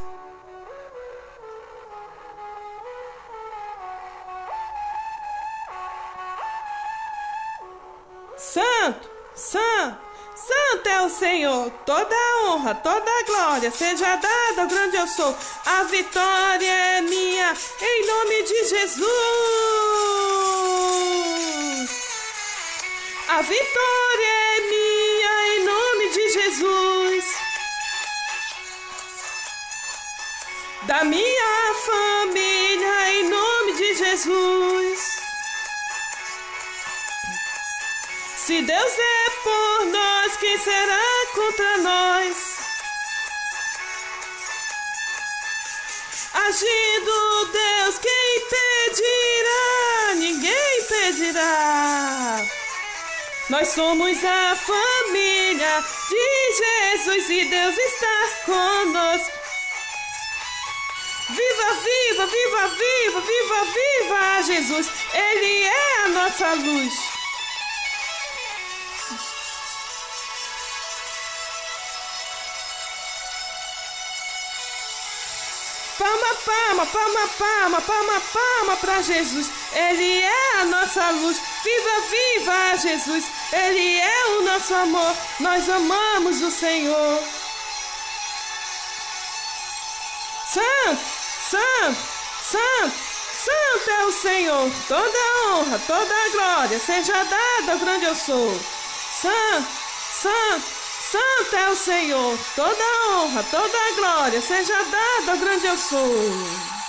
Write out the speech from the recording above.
Santo, santo, santo é o Senhor. Toda a honra, toda a glória seja dada ao grande eu sou. A vitória é minha, em nome de Jesus. A vitória é minha, em nome de Jesus. Da minha família, em nome de Jesus. Se Deus é por nós, quem será contra nós? Agindo Deus, quem impedirá? Ninguém impedirá. Nós somos a família de Jesus e Deus está conosco. Viva, viva, viva, viva, viva, viva Jesus. Ele é a nossa luz. Palma, palma, palma, palma, palma, palma para Jesus. Ele é a nossa luz. Viva, viva Jesus. Ele é o nosso amor. Nós amamos o Senhor. Santo, santo, santo, santo é o Senhor. Toda a honra, toda a glória seja dada ao grande eu sou. Santo, santo, santo é o Senhor. Toda a honra, toda a glória seja dada ao grande eu sou.